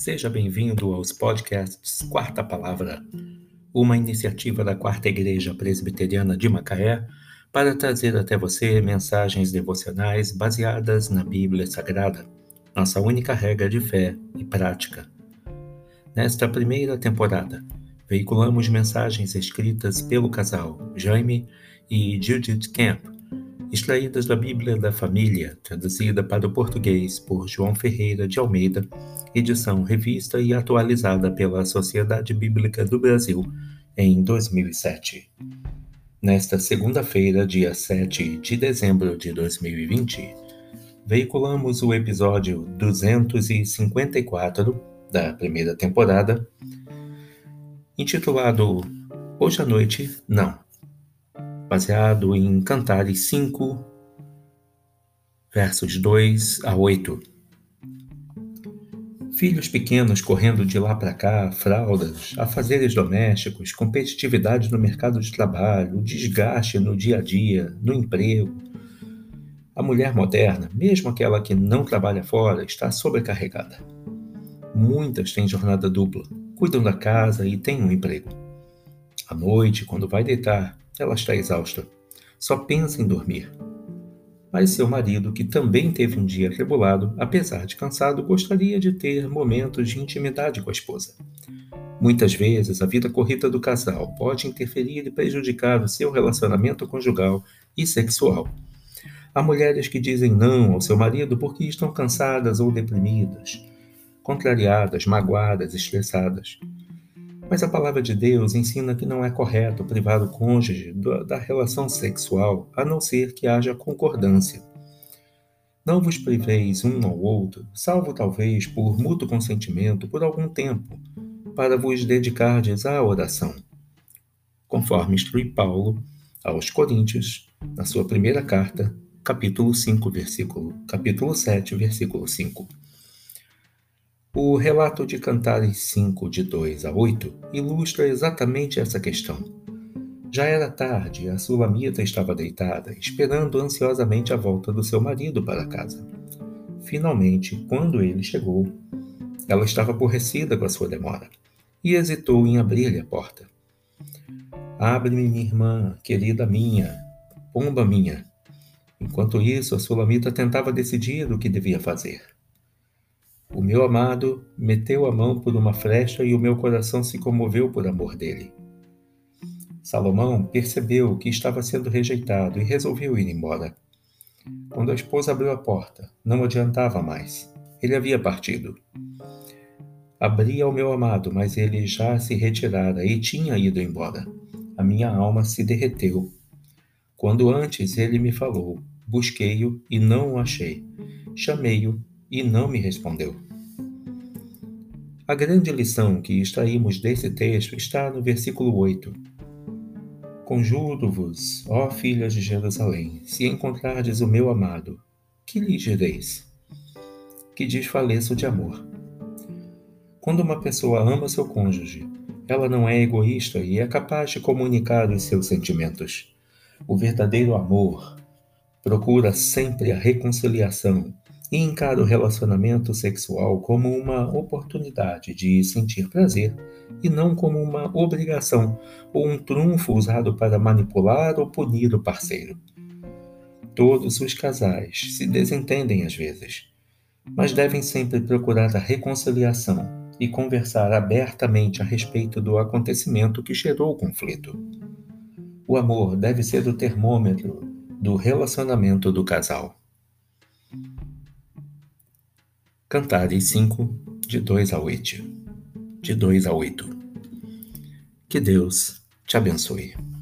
Seja bem-vindo aos podcasts Quarta Palavra, uma iniciativa da Quarta Igreja Presbiteriana de Macaé para trazer até você mensagens devocionais baseadas na Bíblia Sagrada, nossa única regra de fé e prática. Nesta primeira temporada, veiculamos mensagens escritas pelo casal Jaime e Judith Camp, extraídas da Bíblia da Família, traduzida para o português por João Ferreira de Almeida, edição revista e atualizada pela Sociedade Bíblica do Brasil em 2007. Nesta segunda-feira, dia 7 de dezembro de 2020, veiculamos o episódio 254 da primeira temporada, intitulado Hoje à Noite, Não, baseado em Cantares 5, versos 2 a 8. Filhos pequenos correndo de lá para cá, fraldas, afazeres domésticos, competitividade no mercado de trabalho, desgaste no dia a dia, no emprego. A mulher moderna, mesmo aquela que não trabalha fora, está sobrecarregada. Muitas têm jornada dupla, cuidam da casa e têm um emprego. À noite, quando vai deitar, ela está exausta. Só pensa em dormir. Mas seu marido, que também teve um dia atribulado, apesar de cansado, gostaria de ter momentos de intimidade com a esposa. Muitas vezes, a vida corrida do casal pode interferir e prejudicar o seu relacionamento conjugal e sexual. Há mulheres que dizem não ao seu marido porque estão cansadas ou deprimidas, contrariadas, magoadas, estressadas. Mas a palavra de Deus ensina que não é correto privar o cônjuge da relação sexual, a não ser que haja concordância. Não vos priveis um ao outro, salvo talvez por mútuo consentimento por algum tempo, para vos dedicardes à oração. Conforme instrui Paulo aos Coríntios, na sua primeira carta, capítulo 7, versículo 5. O relato de Cantares 5, de 2 a 8, ilustra exatamente essa questão. Já era tarde e a Sulamita estava deitada, esperando ansiosamente a volta do seu marido para casa. Finalmente, quando ele chegou, ela estava aborrecida com a sua demora e hesitou em abrir-lhe a porta. Abre-me, minha irmã, querida minha, pomba minha. Enquanto isso, a Sulamita tentava decidir o que devia fazer. O meu amado meteu a mão por uma frecha e o meu coração se comoveu por amor dele. Salomão percebeu que estava sendo rejeitado e resolveu ir embora. Quando a esposa abriu a porta, não adiantava mais. Ele havia partido. Abri ao meu amado, mas ele já se retirara e tinha ido embora. A minha alma se derreteu. Quando antes ele me falou, busquei-o e não o achei. Chamei-o e não me respondeu. A grande lição que extraímos desse texto está no versículo 8. Conjuro-vos, ó filhas de Jerusalém, se encontrardes o meu amado, que lhe direis? Que desfaleço de amor. Quando uma pessoa ama seu cônjuge, ela não é egoísta e é capaz de comunicar os seus sentimentos. O verdadeiro amor procura sempre a reconciliação e encara o relacionamento sexual como uma oportunidade de sentir prazer e não como uma obrigação ou um trunfo usado para manipular ou punir o parceiro. Todos os casais se desentendem às vezes, mas devem sempre procurar a reconciliação e conversar abertamente a respeito do acontecimento que gerou o conflito. O amor deve ser o termômetro do relacionamento do casal. Cantares 5, de 2 a 8. Que Deus te abençoe.